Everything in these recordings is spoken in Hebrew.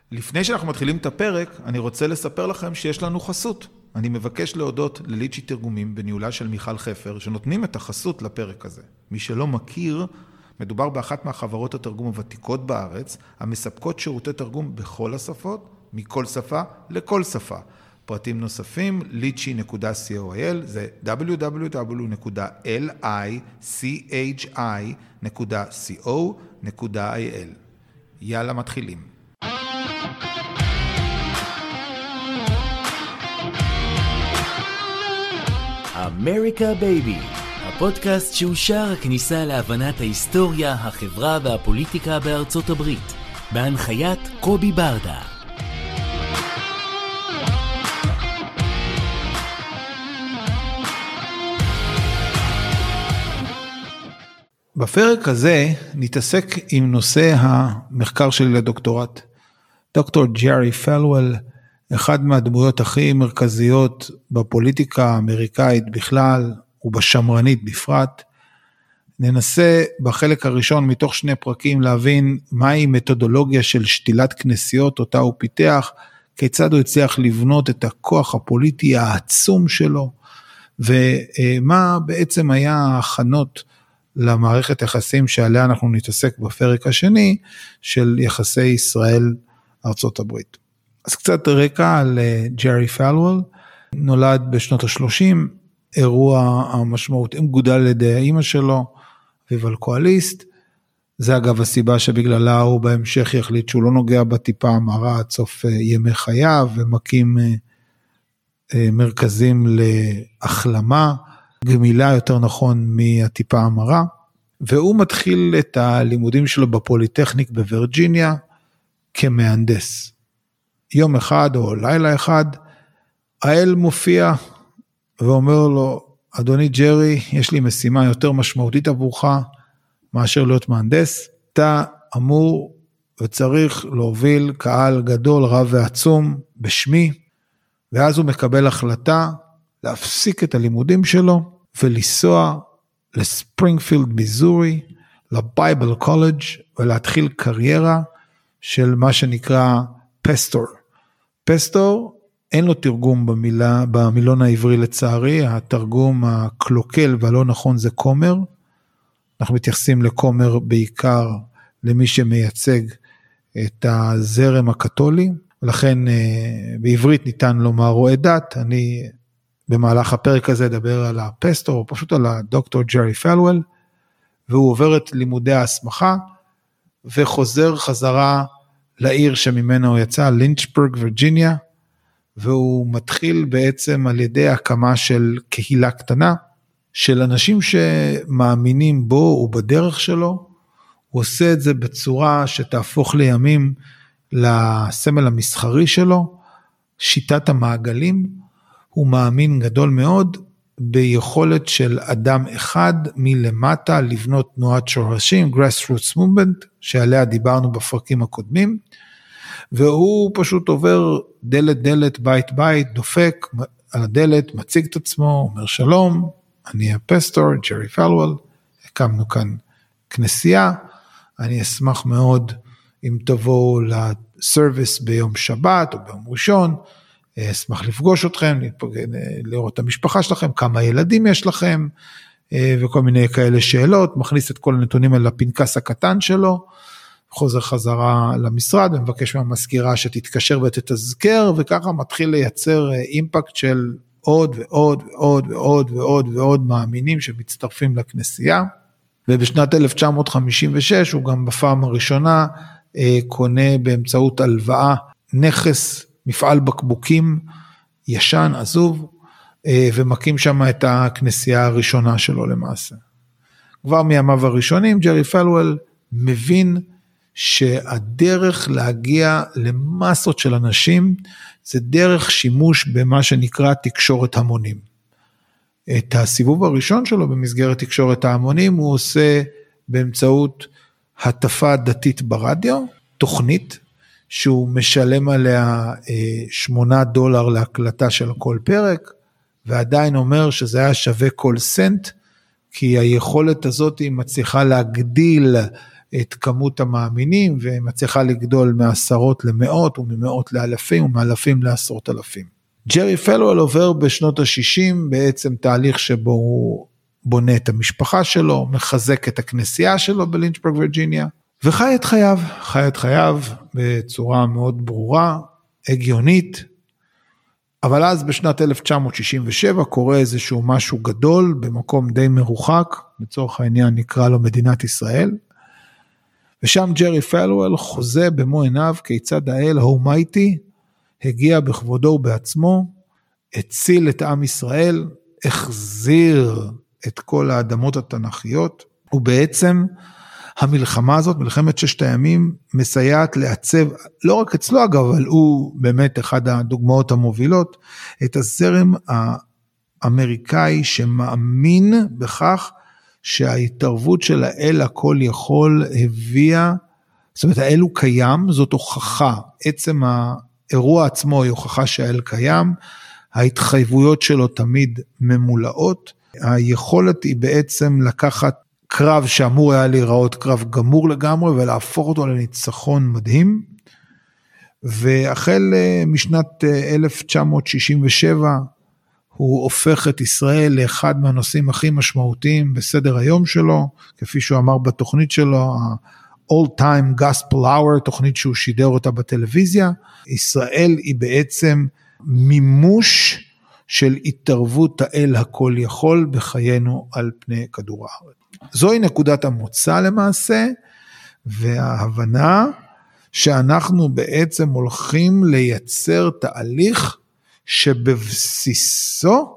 לפני שאנחנו מתחילים את הפרק, אני רוצה לספר לכם שיש לנו חסות. אני מבקש להודות לליצ'י תרגומים בניהולה של מיכל חפר, שנותנים את החסות לפרק הזה. מי שלא מכיר, מדובר באחת מהחברות התרגום הוותיקות בארץ, המספקות שירותי תרגום בכל השפות, מכל שפה לכל שפה. פרטים נוספים, litchi.coil, זה www.lichi.co.il. יאללה, מתחילים. אמריקה בייבי, הפודקאסט שהוא שער הכניסה להבנת ההיסטוריה, החברה והפוליטיקה בארצות הברית, בהנחיית קובי ברדה. בפרק הזה נתעסק עם נושא המחקר שלי לדוקטורט. דוקטור ג'רי פלוול, אחד מהדמויות הכי מרכזיות בפוליטיקה האמריקאית בכלל ובשמרנית בפרט. ננסה בחלק הראשון מתוך 2 פרקים להבין מהי מתודולוגיה של שתילת כנסיות אותה הוא פיתח, כיצד הוא הצליח לבנות את הכוח הפוליטי העצום שלו, ומה בעצם היה ההכנות למערכת יחסים שעליה אנחנו נתעסק בפרק השני של יחסי ישראל ארצות הברית. אז קצת רקע על ג'רי פלוול, נולד בשנות ה-30, אירוע המשמעותי, גודל על ידי האמא שלו, אביו אלכוהוליסט, זה אגב הסיבה שבגללה הוא בהמשך יחליט שהוא לא נוגע בטיפה המרה עד סוף ימי חייו, ומקים מרכזים להחלמה, גמילה יותר נכון מהטיפה המרה, והוא מתחיל את הלימודים שלו בפוליטכניק בווירג'יניה, כמהנדס. יום אחד או לילה אחד, האל מופיע ואומר לו, אדוני ג'רי, יש לי משימה יותר משמעותית עבורך, מאשר להיות מהנדס, אתה אמור וצריך להוביל קהל גדול, רב ועצום, בשמי, ואז הוא מקבל החלטה, להפסיק את הלימודים שלו, ולנסוע לספרינגפילד, מיזורי, לבייבל קולג' ולהתחיל קריירה, של מה שנקרא פסטור. פסטור, אין לו תרגום במילון העברי לצערי, התרגום הקלוקל והלא נכון זה קומר, אנחנו מתייחסים לקומר בעיקר למי שמייצג את הזרם הקתולי, ולכן בעברית ניתן לומר רואה דת, אני במהלך הפרק הזה אדבר על הפסטור, או פשוט על הדוקטור ג'רי פלוול, והוא עובר את לימודי ההסמכה, וחוזר חזרה לעיר שממנה הוא יצא, לינצ'בורג, וירג'יניה, והוא מתחיל בעצם על ידי הקמה של קהילה קטנה, של אנשים שמאמינים בו ובדרך שלו, הוא עושה את זה בצורה שתהפוך לימים לסמל המסחרי שלו, שיטת המעגלים, הוא מאמין גדול מאוד, ביכולת של אדם אחד מלמטה לבנות תנועת שורשים, grassroots movement, שעליה דיברנו בפרקים הקודמים, והוא פשוט עובר דלת דלת, בית בית, דופק על הדלת, מציג את עצמו, אומר שלום, אני הפסטור, ג'רי פלוול, הקמנו כאן כנסייה, אני אשמח מאוד אם תבואו לסרוויס ביום שבת או ביום ראשון, אשמח לפגוש אתכם, לראות את המשפחה שלכם, כמה ילדים יש לכם, וכל מיני כאלה שאלות, מכניס את כל הנתונים על הפנקס הקטן שלו, חוזר חזרה למשרד, ומבקש מהמזכירה שתתקשר ותתזכר, וככה מתחיל לייצר אימפקט של עוד ועוד ועוד ועוד ועוד ועוד מאמינים שמצטרפים לכנסייה, ובשנת 1956 הוא גם בפעם הראשונה קונה באמצעות הלוואה נכס, מפעל בקבוקים ישן, עזוב, ומקים שם את הכנסייה הראשונה שלו למעשה. כבר מימיו הראשונים, ג'רי פלוול מבין שהדרך להגיע למסות של אנשים, זה דרך שימוש במה שנקרא תקשורת המונים. את הסיבוב הראשון שלו במסגרת תקשורת ההמונים, הוא עושה באמצעות הטפה דתית ברדיו, תוכנית, שהוא משלם עליה $8 להקלטה של כל פרק, ועדיין אומר שזה היה שווה כל סנט, כי היכולת הזאת היא מצליחה להגדיל את כמות המאמינים, ומצליחה לגדול מעשרות למאות, וממאות לאלפים, ומאלפים לעשרות אלפים. ג'רי פלוול עובר בשנות ה-60, בעצם תהליך שבו הוא בונה את המשפחה שלו, מחזק את הכנסייה שלו בלינצ'בורג, וירג'יניה, וחי את חייו בצורה מאוד ברורה, הגיונית, אבל אז בשנת 1967 קורה איזשהו משהו גדול, במקום די מרוחק, לצורך העניין נקרא לו מדינת ישראל, ושם ג'רי פלוול חוזה במו עיניו כיצד האל האלמייטי הגיע בכבודו ובעצמו, הציל את עם ישראל, החזיר את כל האדמות התנ"כיות, ובעצם המלחמה הזאת, מלחמת ששת הימים, מסייעת לעצב, לא רק אצלו אגב, אבל הוא באמת אחד הדוגמאות המובילות, את הזרם האמריקאי שמאמין בכך, שההתערבות של האל הכל יכול הביאה, זאת אומרת האל הוא קיים, זאת הוכחה, עצם האירוע עצמו היא הוכחה שהאל קיים, ההתחייבויות שלו תמיד ממולאות, היכולת היא בעצם לקחת קרב שאמור היה להיראות קרב גמור לגמרי, ולהפוך אותו לניצחון מדהים, והחל משנת 1967, הוא הופך את ישראל לאחד מהנושאים הכי משמעותיים בסדר היום שלו, כפי שהוא אמר בתוכנית שלו, All Time Gospel Hour, תוכנית שהוא שידר אותה בטלוויזיה, ישראל היא בעצם מימוש של התערבות האל הכל יכול בחיינו על פני כדור הארץ. זוהי נקודת המוצא למעשה, וההבנה שאנחנו בעצם הולכים לייצר תהליך שבבסיסו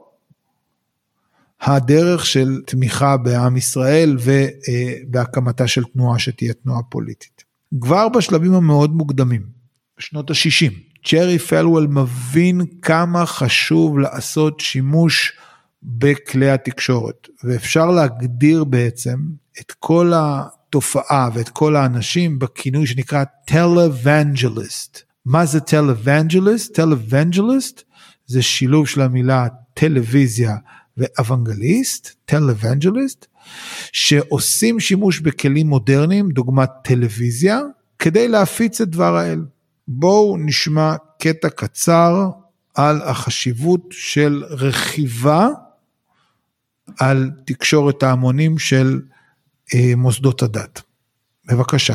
הדרך של תמיכה בעם ישראל ובהקמתה של תנועה שתהיה תנועה פוליטית. כבר בשלבים המאוד מוקדמים, בשנות ה-60, ג'רי פלוול מבין כמה חשוב לעשות שימוש בכלי התקשורת, ואפשר להגדיר בעצם את כל התופעה ואת כל האנשים בכינוי שנקרא טלוונג'ליסט. מה זה טלוונג'ליסט? טלוונג'ליסט זה שילוב של המילה טלוויזיה ואבנגליסט, טלוונג'ליסט, שעושים שימוש בכלים מודרניים, דוגמת טלוויזיה, כדי להפיץ את דבר האל. בואו נשמע קטע קצר על החשיבות של רכיבה על תקשורת ההמונים של מוסדות הדת. בבקשה.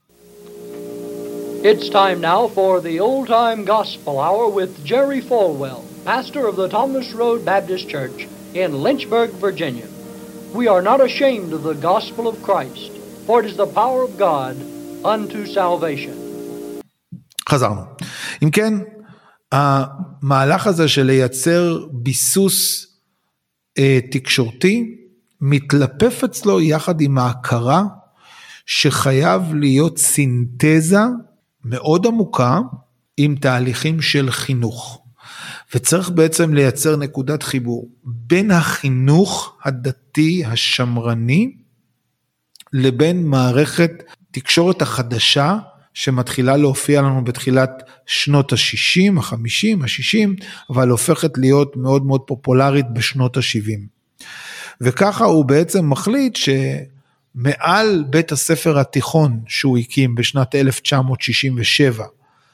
It's time now for the Old Time Gospel Hour with Jerry Falwell, pastor of the Thomas Road Baptist Church in Lynchburg, Virginia. We are not ashamed of the gospel of Christ, for it is the power of God unto salvation. חזרנו. אם כן, המהלך הזה של לייצר ביסוס תקשורתי, מתלפף אצלו יחד עם ההכרה, שחייב להיות סינתזה מאוד עמוקה, עם תהליכים של חינוך. וצריך בעצם לייצר נקודת חיבור, בין החינוך הדתי השמרני, לבין מערכת תקשורת החדשה, שמתחילה להופיע לנו בתחילת שנות ה-60, ה-50, ה-60, אבל הופכת להיות מאוד מאוד פופולרית בשנות ה-70. וככה הוא בעצם מחליט שמעל בית הספר התיכון שהוא הקים בשנת 1967,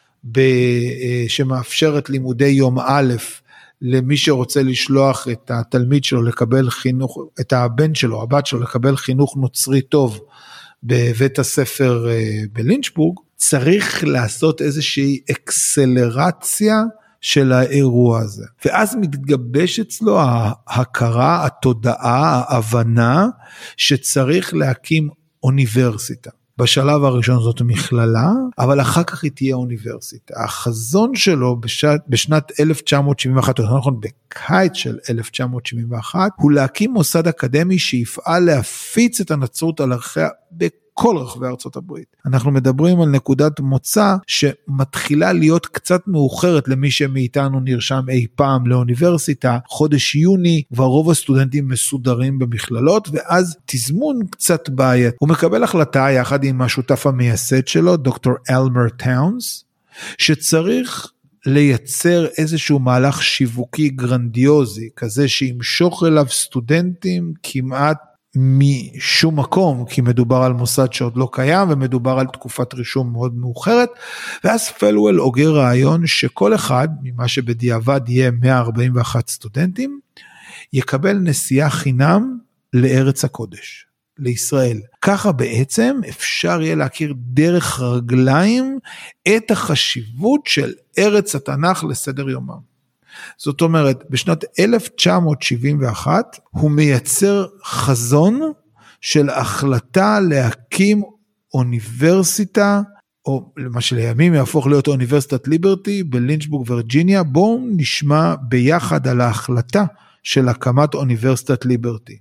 שמאפשרת לימודי יום א' למי שרוצה לשלוח את התלמיד שלו לקבל חינוך, את הבן שלו, הבת שלו לקבל חינוך נוצרי טוב בבית הספר בלינצ'בורג, צריך לעשות איזושהי אקסלרציה של האירוע הזה. ואז מתגבש אצלו ההכרה, התודעה, ההבנה, שצריך להקים אוניברסיטה. בשלב הראשון זאת מכללה, אבל אחר כך היא תהיה אוניברסיטה. החזון שלו בשנת 1971, נכון, בקיץ של 1971, הוא להקים מוסד אקדמי שיפעל להפיץ את הנצרות על ערכיה בכל רחבי ארצות הברית. אנחנו מדברים על נקודת מוצא שמתחילה להיות קצת מאוחרת למי שמאיתנו נרשם אי פעם לאוניברסיטה. חודש יוני כבר רוב הסטודנטים מסודרים במכללות, ואז תזמון קצת בעיית. הוא מקבל החלטה יחד עם השותף המייסד שלו, דוקטור אלמר טאונס, שצריך לייצר איזשהו מהלך שיווקי גרנדיוזי, כזה שימשוך אליו סטודנטים כמעט משום מקום, כי מדובר על מוסד שעוד לא קיים, ומדובר על תקופת רישום מאוד מאוחרת, ואז פלוול אוגר רעיון שכל אחד, ממה שבדיעבד יהיה 141 סטודנטים, יקבל נסיעה חינם לארץ הקודש, לישראל. ככה בעצם אפשר יהיה להכיר דרך רגליים את החשיבות של ארץ התנ"ך לסדר יומם. זאת אומרת, בשנת 1971 הוא מייצר חזון של החלטה להקים אוניברסיטה, או מה שלימים יהפוך להיות אוניברסיטת ליברטי בלינצ'בורג וירג'יניה. בואו נשמע ביחד על ההחלטה של הקמת אוניברסיטת ליברטי.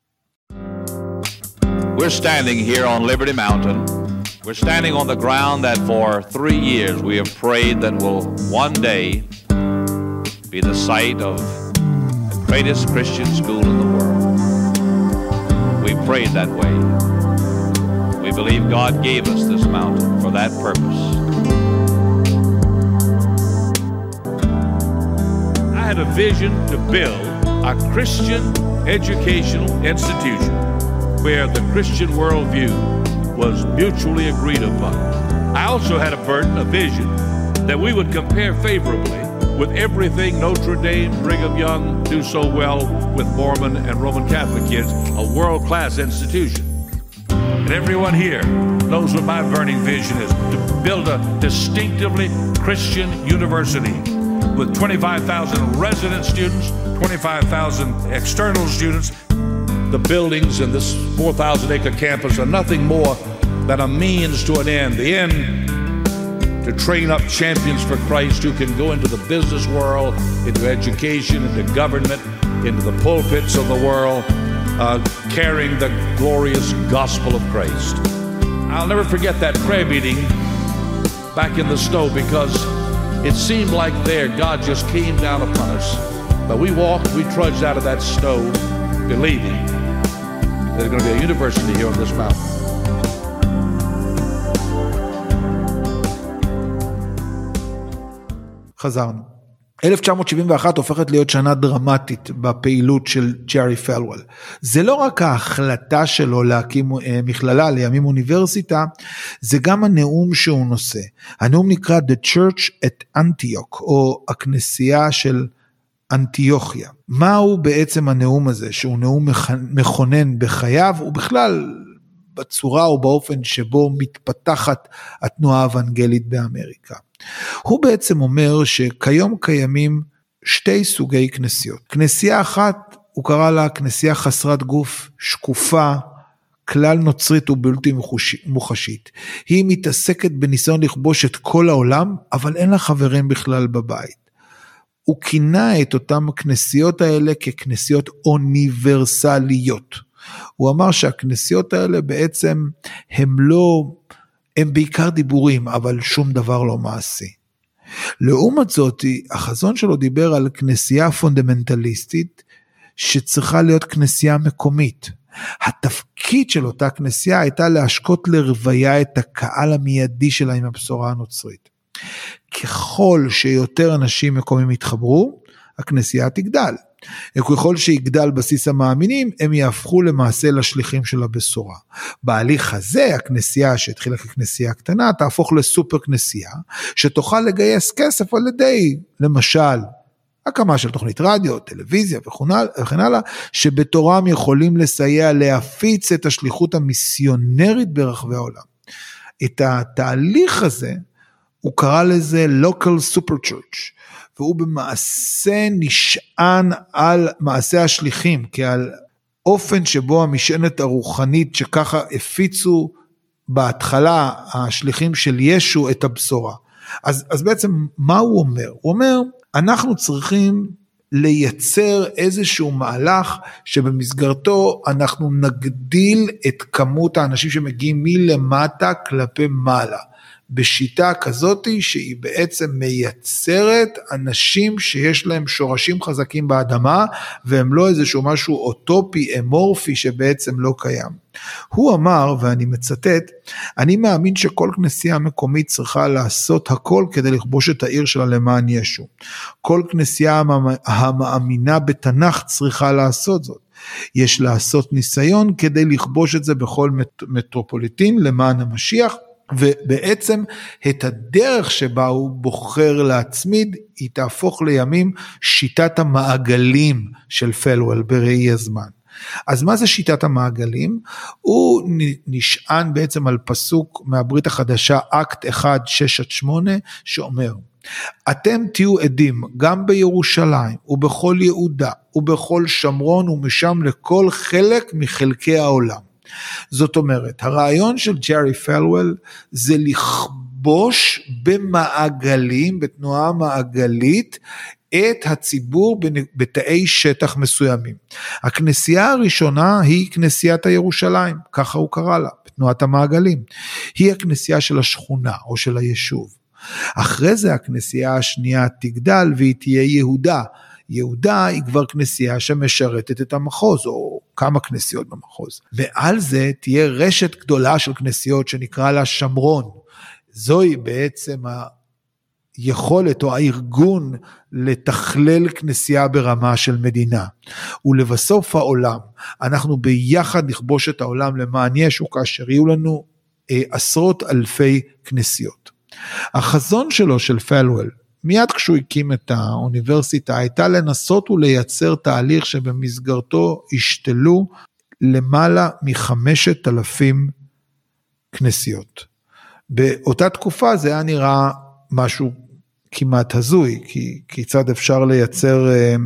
We're standing here on Liberty Mountain. We're standing on the ground that for 3 years we have prayed that will one day be the site of the greatest Christian school in the world. We prayed that way. We believe God gave us this mountain for that purpose. I had a vision to build a Christian educational institution where the Christian worldview was mutually agreed upon. I also had a vision that we would compare favorably with everything Notre Dame, Brigham Young do so well with Mormon and Roman Catholic kids, a world-class institution. And everyone here knows what my burning vision is, to build a distinctively Christian university with 25,000 resident students, 25,000 external students. The buildings in this 4,000-acre campus are nothing more than a means to an end. The end to train up champions for Christ who can go into the business world, into education, into government, into the pulpits of the world, carrying the glorious gospel of Christ. I'll never forget that prayer meeting back in the snow, because it seemed like there God just came down upon us. But we trudged out of that snow believing there's going to be a university here on this mountain. חזרנו. 1971 הופכת להיות שנה דרמטית בפעילות של ג'רי פלוול. זה לא רק ההחלטה שלו להקים מכללה, לימים אוניברסיטה, זה גם הנאום שהוא נושא. הנאום נקרא The Church at Antioch, או הכנסייה של אנטיוכיה. מהו בעצם הנאום הזה, שהוא נאום מכונן בחייו, ובכלל בצורה או באופן שבו מתפתחת התנועה האוונגלית באמריקה. הוא בעצם אומר שכיום קיימים שתי סוגי כנסיות. כנסייה אחת, הוא קרא לה כנסייה חסרת גוף, שקופה, כלל נוצרית ובלתי מוחשית. היא מתעסקת בניסיון לכבוש את כל העולם, אבל אין לה חברים בכלל בבית. הוא כינה את אותם כנסיות האלה ככנסיות אוניברסליות. הוא אמר שהכנסיות האלה בעצם הם בעיקר דיבורים, אבל שום דבר לא מעשי. לעומת זאת, החזון שלו דיבר על כנסייה פונדמנטליסטית, שצריכה להיות כנסייה מקומית. התפקיד של אותה כנסייה הייתה להשקות לרוויה את הקהל המיידי שלה עם הבשורה הנוצרית. ככל שיותר אנשים מקומיים יתחברו, הכנסייה תגדל. ככל שיגדל בסיס המאמינים, הם יהפכו למעשה לשליחים של הבשורה. בהליך הזה, הכנסייה שהתחילה ככנסייה קטנה, תהפוך לסופר כנסייה, שתוכל לגייס כסף על ידי, למשל, הקמה של תוכנית רדיו, טלוויזיה וכן הלאה, שבתורם יכולים לסייע להפיץ את השליחות המיסיונרית ברחבי העולם. את התהליך הזה, הוא קרא לזה local super church, והוא במעשה נשען על מעשה השליחים, כי על אופן שבו המשענת הרוחנית שככה הפיצו בהתחלה השליחים של ישו את הבשורה. אז בעצם מה הוא אומר? הוא אומר, אנחנו צריכים לייצר איזשהו מהלך שבמסגרתו אנחנו נגדיל את כמות האנשים שמגיעים מלמטה כלפי מעלה. בשיטה כזאת שהיא בעצם מייצרת אנשים שיש להם שורשים חזקים באדמה, והם לא איזשהו משהו אוטופי, אמורפי שבעצם לא קיים. הוא אמר, ואני מצטט, אני מאמין שכל כנסייה מקומית צריכה לעשות הכל כדי לכבוש את העיר שלה למען ישו. כל כנסייה המאמינה בתנ"ך צריכה לעשות זאת. יש לעשות ניסיון כדי לכבוש את זה בכל מטרופוליטין למען המשיח, ובעצם את הדרך שבה הוא בוחר להצמיד, היא תהפוך לימים שיטת המעגלים של פלוול בראי הזמן. אז מה זה שיטת המעגלים? הוא נשען בעצם על פסוק מהברית החדשה, אקט 1:6-8, שאומר, אתם תהיו עדים גם בירושלים ובכל יהודה ובכל שומרון ומשם לכל חלק מחלקי העולם. זאת אומרת, הרעיון של ג'רי פלוול זה לכבוש במעגלים, בתנועה מעגלית, את הציבור בתאי שטח מסוימים. הכנסייה הראשונה היא כנסיית הירושלים, ככה הוא קרא לה, בתנועת המעגלים. היא הכנסייה של השכונה או של היישוב. אחרי זה הכנסייה השנייה תגדל והיא תהיה יהודה. יהודה היא כבר כנסייה שמשרתת את המחוז, או כמה כנסיות במחוז. מעל זה תהיה רשת גדולה של כנסיות שנקרא לה שומרון. זוהי בעצם היכולת או הארגון לתכלל כנסייה ברמה של מדינה. ולבסוף העולם, אנחנו ביחד נכבוש את העולם למען ישו, כאשר יהיו לנו עשרות אלפי כנסיות. החזון שלו של פלוול, מיד כשהוא הקים את האוניברסיטה, הייתה לנסות ולייצר תהליך שבמסגרתו השתלו למעלה מ5,000 כנסיות. באותה תקופה זה היה נראה משהו כמעט הזוי, כי כיצד אפשר לייצר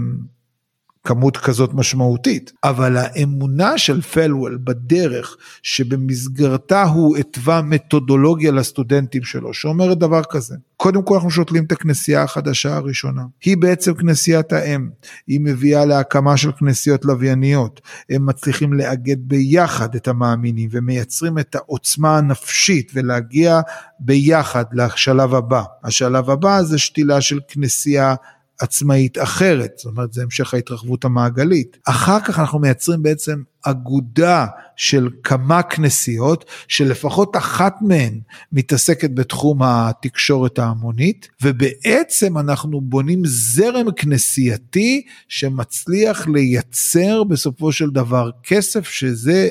כמות כזאת משמעותית, אבל האמונה של פלוול בדרך שבמסגרתה הוא התווה מתודולוגיה לסטודנטים שלו, שאומרת דבר כזה, קודם כל אנחנו שותלים את הכנסייה החדשה הראשונה, היא בעצם כנסיית האם, היא מביאה להקמה של כנסיות לווייניות, הם מצליחים לאגד ביחד את המאמינים, ומייצרים את העוצמה הנפשית, ולהגיע ביחד לשלב הבא, השלב הבא זה שתילה של כנסייה עצמאית אחרת, זאת אומרת זה המשך ההתרחבות המעגלית, אחר כך אנחנו מייצרים בעצם אגודה של כמה כנסיות, שלפחות אחת מהן מתעסקת בתחום התקשורת ההמונית, ובעצם אנחנו בונים זרם כנסייתי, שמצליח לייצר בסופו של דבר כסף, שזה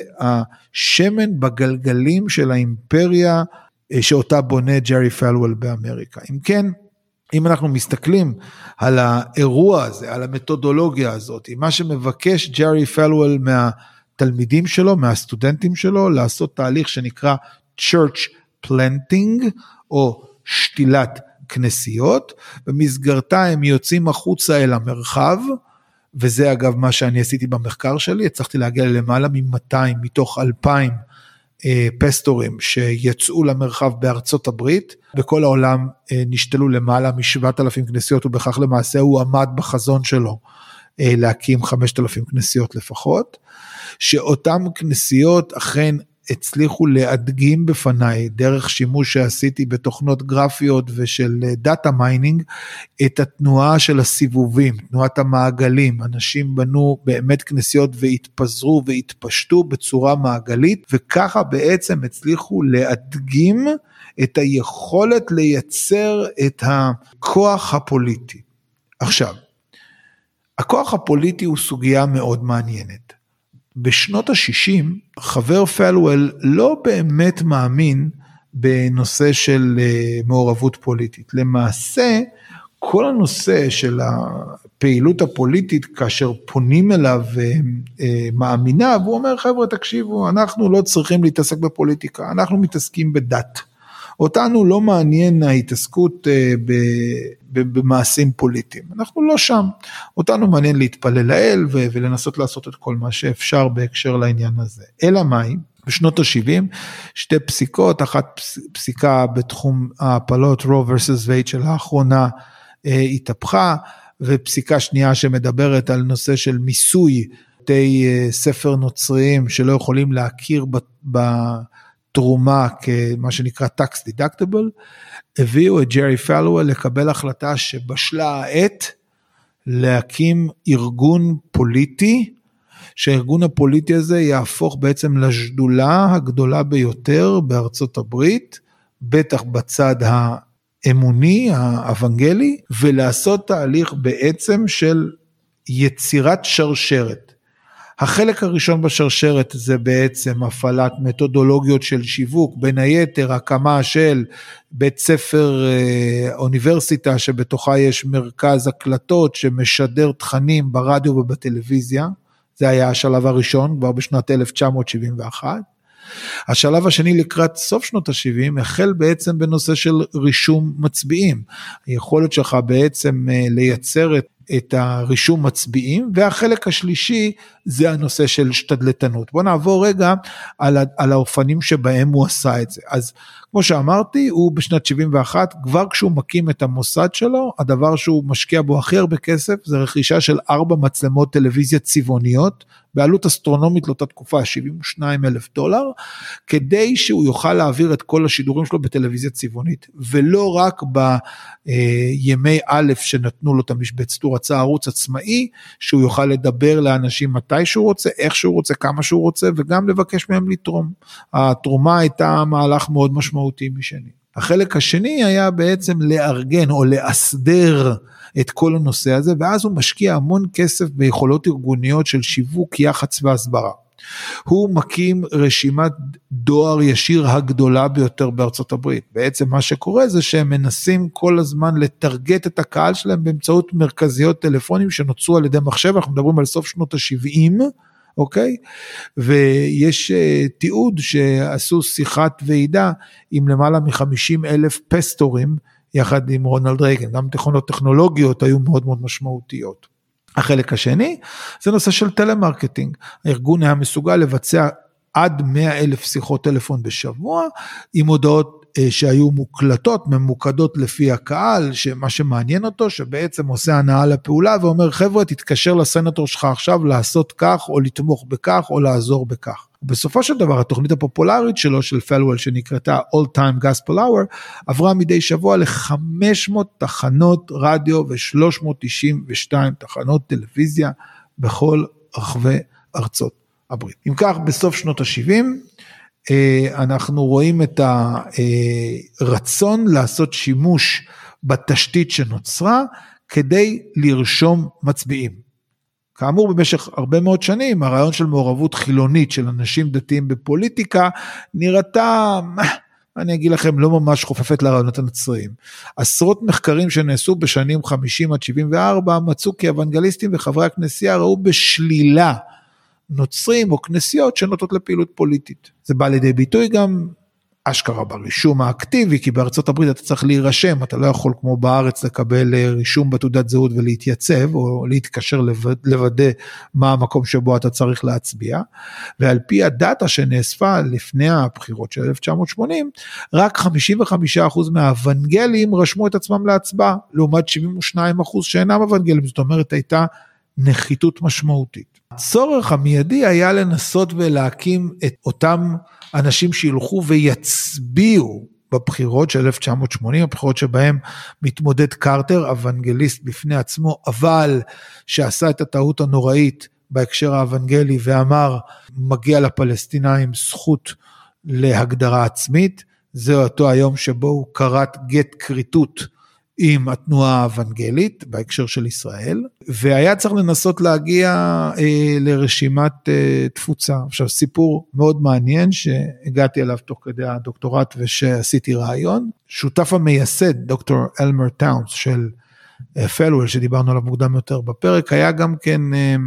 השמן בגלגלים של האימפריה, שאותה בונה ג'רי פלוול באמריקה. אם כן, אם אנחנו מסתכלים על האירוע הזה, על המתודולוגיה הזאת, מה שמבקש ג'רי פלוול מהתלמידים שלו, מהסטודנטים שלו, לעשות תהליך שנקרא church planting, או שתילת כנסיות, במסגרתה הם יוצאים החוצה אל המרחב, וזה אגב מה שאני עשיתי במחקר שלי, הצלחתי להגיע למעלה מ-200 מתוך 2,000 פסטורים שיצאו למרחב בארצות הברית, בכל העולם נשתלו למעלה מ7,000 כנסיות, ובכך למעשה הוא עמד בחזון שלו להקים 5,000 כנסיות לפחות, שאותם כנסיות אכן הצליחו להדגים בפניי, דרך שימוש שעשיתי בתוכנות גרפיות ושל דאטה מיינינג, את התנועה של הסיבובים, תנועת המעגלים, אנשים בנו באמת כנסיות והתפזרו והתפשטו בצורה מעגלית, וככה בעצם הצליחו להדגים את היכולת לייצר את הכוח הפוליטי. עכשיו, הכוח הפוליטי הוא סוגיה מאוד מעניינת. בשנות ה-60, חבר פלוול לא באמת מאמין בנושא של מעורבות פוליטית. למעשה, כל הנושא של הפעילות הפוליטית, כאשר פונים אליו מאמיניו, הוא אומר, חבר'ה, תקשיבו, אנחנו לא צריכים להתעסק בפוליטיקה, אנחנו מתעסקים בדת. אותנו לא מעניין ההתעסקות במעשים פוליטיים, אנחנו לא שם, אותנו מעניין להתפלל לאל ולנסות לעשות את כל מה שאפשר בהקשר לעניין הזה. אלא מהי? בשנות ה-70, שתי פסיקות, אחת פסיקה בתחום ההפלות, רו versus וייד של האחרונה התהפכה, ופסיקה שנייה שמדברת על נושא של מיסוי, בתי ספר נוצריים שלא יכולים להכיר תרומה כמה שנקרא tax deductible, הביאו את ג'רי פלוול לקבל החלטה שבשלה העת להקים ארגון פוליטי, שהארגון הפוליטי הזה יהפוך בעצם לשדולה הגדולה ביותר בארצות הברית, בטח בצד האמוני, האבנגלי, ולעשות תהליך בעצם של יצירת שרשרת. החלק הראשון בשרשרת זה בעצם הפעלת מתודולוגיות של שיווק, בין היתר הקמה של בית ספר אוניברסיטה שבתוכה יש מרכז הקלטות שמשדר תכנים ברדיו ובטלוויזיה, זה היה השלב הראשון כבר בשנת 1971, השלב השני לקראת סוף שנות ה-70 החל בעצם בנושא של רישום מצביעים, היכולת שלך בעצם לייצר את הרישום מצביעים, והחלק השלישי זה הנושא של שתדלתנות. בוא נעבור רגע על האופנים שבהם הוא עשה את זה. אז כמו שאמרתי, הוא בשנת 71, כבר כשהוא מקים את המוסד שלו, הדבר שהוא משקיע בו הכי הרבה כסף, זה רכישה של 4 מצלמות טלוויזיה צבעוניות, בעלות אסטרונומית לאותה תקופה, $72,000, כדי שהוא יוכל להעביר את כל השידורים שלו בטלוויזיה צבעונית, ולא רק בימי א' שנתנו לו את המשבצת, הוא רצה ערוץ עצמאי, שהוא יוכל לדבר לאנשים מתי שהוא רוצה, איך שהוא רוצה, כמה שהוא רוצה, וגם לבקש מהם לתרום. התרומה הייתה מהלך מאוד משמעותי משני. החלק השני היה בעצם לארגן או לאסדר את כל הנושא הזה, ואז הוא משקיע המון כסף ביכולות ארגוניות של שיווק, יח"צ והסברה. הוא מקים רשימת דואר ישיר הגדולה ביותר בארצות הברית. בעצם מה שקורה זה שהם מנסים כל הזמן לטרגט את הקהל שלהם באמצעות מרכזיות טלפונים שנוצרו על ידי מחשב, אנחנו מדברים על סוף שנות ה-70, אוקיי? ויש תיעוד שעשו שיחת ועידה עם למעלה מ-50,000 פסטורים, יחד עם רונלד רייגן, גם תכונות טכנולוגיות היו מאוד מאוד משמעותיות. החלק השני, זה נושא של טלמרקטינג, הארגון היה מסוגל לבצע עד 100,000 שיחות טלפון בשבוע, עם הודעות שהיו מוקלטות, ממוקדות לפי הקהל, שמה שמעניין אותו, שבעצם עושה הנאה לפעולה, ואומר חבר'ה תתקשר לסנטור שלך עכשיו, לעשות כך, או לתמוך בכך, או לעזור בכך. בסופו של דבר, התוכנית הפופולרית שלו, של פלוול, שנקראתה All Time Gospel Hour, עברה מדי שבוע ל-500 תחנות רדיו, ו-392 תחנות טלוויזיה, בכל רחבי ארצות הברית. אם כך, בסוף שנות ה-70, אנחנו רואים את הרצון לעשות שימוש בתשתית שנוצרה, כדי לרשום מצביעים. כאמור, במשך הרבה מאוד שנים, הרעיון של מעורבות חילונית של אנשים דתיים בפוליטיקה, נראתה, אני אגיד לכם, לא ממש חופפת לרעיונות הנוצריים. עשרות מחקרים שנעשו בשנים 50 עד 74, מצאו כי אוונגליסטים וחברי הכנסייה ראו בשלילה, נוצרים או כנסיות שנוטות לפעילות פוליטית. זה בא לידי ביטוי גם אשכרה ברישום האקטיבי, כי בארצות הברית אתה צריך להירשם, אתה לא יכול כמו בארץ לקבל רישום בתעודת זהות ולהתייצב, או להתקשר לוודא מה המקום שבו אתה צריך להצביע, ועל פי הדאטה שנאספה לפני הבחירות של 1980, רק 55% מהאוונגלים רשמו את עצמם להצבעה, לעומת 72% שאינם אוונגלים, זאת אומרת הייתה נחיתות משמעותית. הצורך המיידי היה לנסות ולהקים את אותם אנשים שילכו ויצביעו בבחירות של 1980, הבחירות שבהם מתמודד קרטר, אוונגליסט בפני עצמו, אבל שעשה את הטעות הנוראית בהקשר האוונגלי ואמר, מגיע לפלסטינאים זכות להגדרה עצמית, זה אותו היום שבו הוא קראת גט כריתות, עם התנועה האוונגלית, בהקשר של ישראל, והיה צריך לנסות להגיע לרשימת תפוצה. עכשיו, סיפור מאוד מעניין, שהגעתי אליו תוך כדי הדוקטורט, ושעשיתי רעיון, שותף המייסד, דוקטור אלמר טאונס, של פלוול, שדיברנו עליו מוקדם יותר בפרק, היה גם כן,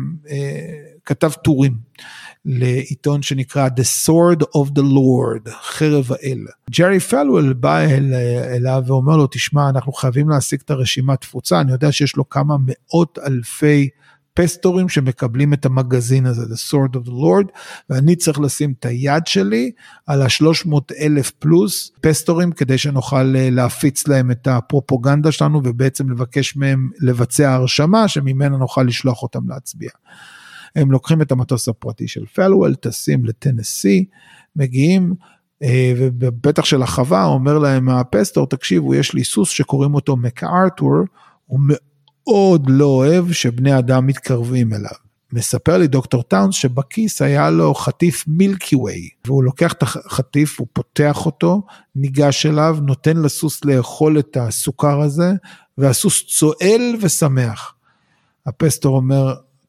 כתב טורים, לעיתון שנקרא The Sword of the Lord, חרב האל. ג'רי פלוול בא אליו ואומר לו, תשמע, אנחנו חייבים להשיג את הרשימת תפוצה, אני יודע שיש לו כמה מאות אלפי פסטורים שמקבלים את המגזין הזה, The Sword of the Lord, ואני צריך לשים את היד שלי על 300,000 פלוס פסטורים, כדי שנוכל להפיץ להם את הפרופוגנדה שלנו, ובעצם לבקש מהם לבצע הרשמה, שממנה נוכל לשלוח אותם להצביע. הם לוקחים את המטוס הפרטי של פלוול, טסים לטנסי, מגיעים, ובפתח של החווה אומר להם הפסטור, תקשיבו, יש לי סוס שקוראים אותו מקארתור, הוא מאוד לא אוהב שבני אדם מתקרבים אליו. מספר לי דוקטור טאונס שבכיס היה לו חטיף מילקי ווי, והוא לוקח את החטיף, הוא פותח אותו, ניגש אליו, נותן לסוס לאכול את הסוכר הזה, והסוס צועל ושמח. הפסטור אומר,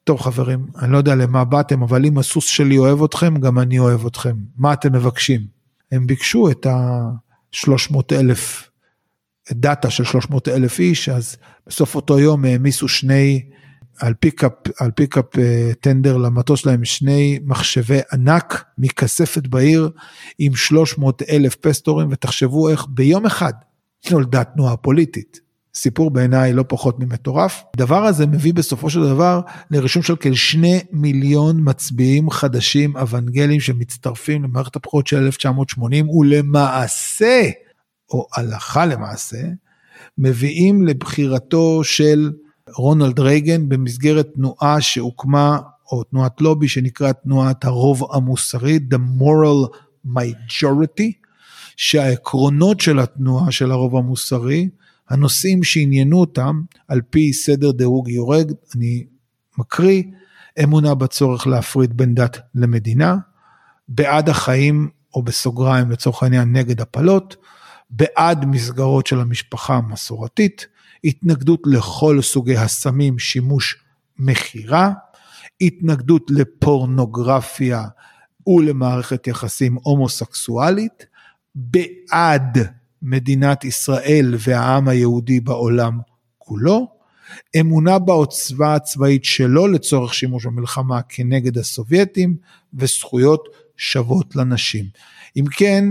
טוב חברים, אני לא יודע למה באתם, אבל אם הסוס שלי אוהב אתכם, גם אני אוהב אתכם. מה אתם מבקשים? הם ביקשו את ה-300,000, דאטה של 300,000 איש, אז בסוף אותו יום העמיסו על פיקאפ טנדר למטוס שלהם, שני מחשבי ענק מכספת בעיר, עם 300,000 פסטורים, ותחשבו איך ביום אחד נולדה תנועה פוליטית. סיפור בעיניי לא פחות ממטורף. הדבר הזה מביא בסופו של דבר לרישום של כ2 מיליון מצביעים חדשים אוונגליים שמצטרפים למערכת הבחירות של 1980, ולמעשה, או הלכה למעשה, מביאים לבחירתו של רונלד רייגן במסגרת תנועה שהוקמה, או תנועת לובי שנקראת תנועת הרוב המוסרי, The Moral Majority, שהעקרונות של התנועה של הרוב המוסרי, הנושאים שעניינו אותם, על פי סדר דירוג יורד, אני מקריא, אמונה בצורך להפריד בין דת למדינה, בעד החיים, או בסוגריים לצורך העניין נגד הפלות, בעד מסגרות של המשפחה המסורתית, התנגדות לכל סוגי הסמים, שימוש מחירה, התנגדות לפורנוגרפיה ולמערכת יחסים הומוסקסואלית, בעד מדינת ישראל והעם היהודי בעולם כולו, אמונה בעוצבה הצבאית שלו לצורך שימוש במלחמה כנגד הסובייטים, וזכויות שוות לנשים. אם כן,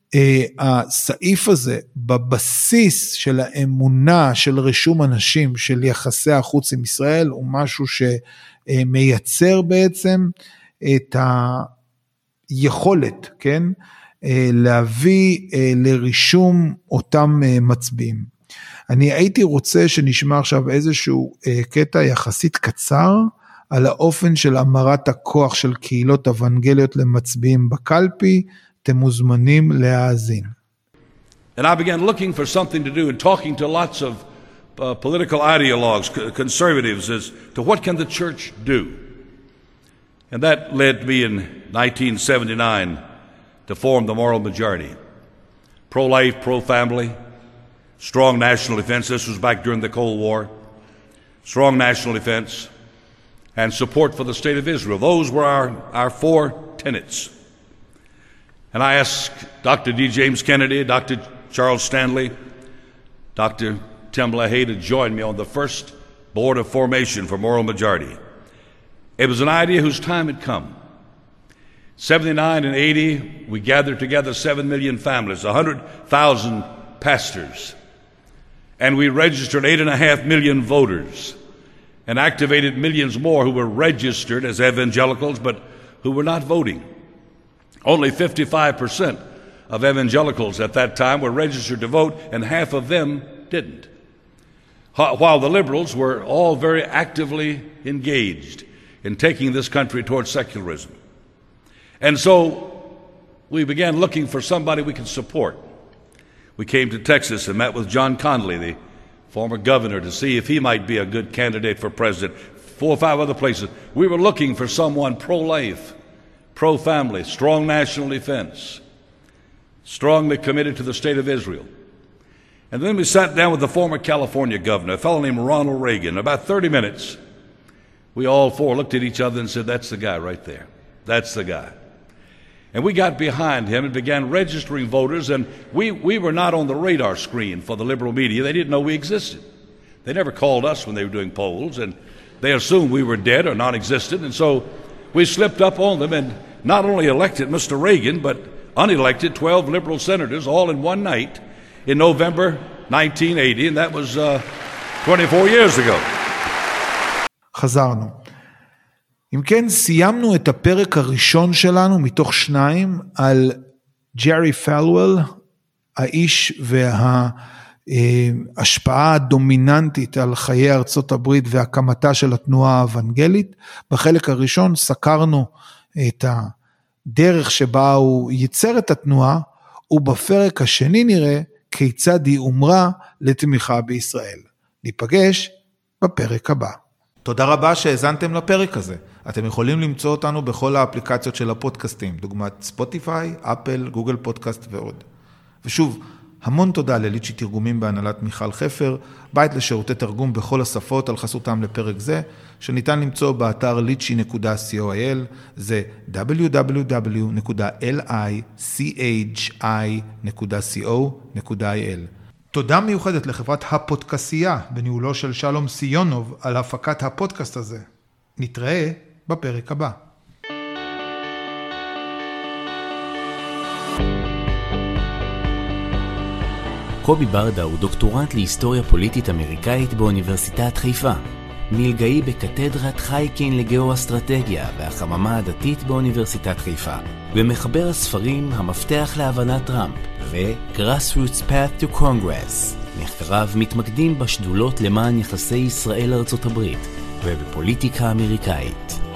הסעיף הזה בבסיס של האמונה של רישום אנשים של יחסי החוץ עם ישראל, הוא משהו שמייצר בעצם את היכולת, כן? להביא לרישום אותם מצביעים. אני הייתי רוצה שנשמע עכשיו איזשהו קטע יחסית קצר, על האופן של אמרת הכוח של קהילות אוונגליות למצביעים בקלפי, אתם מוזמנים להאזין. And I began looking for something to do and talking to lots of political ideologues, conservatives, as to what can the church do. And that led me in 1979 to form the Moral Majority. Pro-life, pro-family, strong national defense. This was back during the Cold War. Strong national defense and support for the state of Israel. Those were our four tenets. And I asked Dr. D. James Kennedy, Dr. Charles Stanley, Dr. Tim LaHaye to join me on the first board of formation for Moral Majority. It was an idea whose time had come. 79 and 80, we gathered together 7 million families, 100,000 pastors, and we registered 8.5 million voters and activated millions more who were registered as evangelicals but who were not voting. Only 55% of evangelicals at that time were registered to vote, and half of them didn't. While the liberals were all very actively engaged in taking this country towards secularism. And so we began looking for somebody we could support. We came to Texas and met with John Connally, the former governor, to see if he might be a good candidate for president. 4 or 5 other places. We were looking for someone pro-life, pro-family, strong national defense, strongly committed to the state of Israel. And then we sat down with the former California governor, a fellow named Ronald Reagan. In about 30 minutes, we all four looked at each other and said, that's the guy right there. That's the guy. And we got behind him and began registering voters, and we were not on the radar screen for the liberal media. They didn't know we existed. They never called us when they were doing polls, and they assumed we were dead or non-existent, and so we slipped up on them and not only elected Mr. Reagan, but unelected 12 liberal senators all in one night in November 1980, and that was 24 years ago. חזרנו. אם כן, סיימנו את הפרק הראשון שלנו מתוך 2 על ג'רי פלוול, האיש וההשפעה הדומיננטית על חיי ארצות הברית והקמתה של התנועה האוונגלית. בחלק הראשון סקרנו את הדרך שבה הוא ייצר את התנועה, ובפרק השני נראה כיצד היא אומרה לתמיכה בישראל. ניפגש בפרק הבא. תודה רבה שהאזנתם לפרק הזה. אתם יכולים למצוא אותנו בכל האפליקציות של הפודקאסטים, דוגמת ספוטיפיי, אפל, גוגל פודקאסט ועוד. ושוב, המון תודה לליצ'י תרגומים בהנהלת מיכל חפר, בית לשירותי תרגום בכל השפות על חסותם לפרק זה, שניתן למצוא באתר litchi.co.il, זה www.lichi.co.il. תודה מיוחדת לחברת הפודקסייה בניהולו של שלום סיונוב על הפקת הפודקאסט הזה. נתראה בפרק הבא. קובי ברדה הוא דוקטורנט להיסטוריה פוליטית אמריקאית באוניברסיטת חיפה. מלגאי בקתדרת חייקין לגאו-אסטרטגיה והחממה הדתית באוניברסיטת חיפה. ומחבר הספרים המפתח להבנת טראמפ ו-Grassroots Path to Congress. מחקריו מתמקדים בשדולות למען יחסי ישראל ארצות הברית ובפוליטיקה אמריקאית.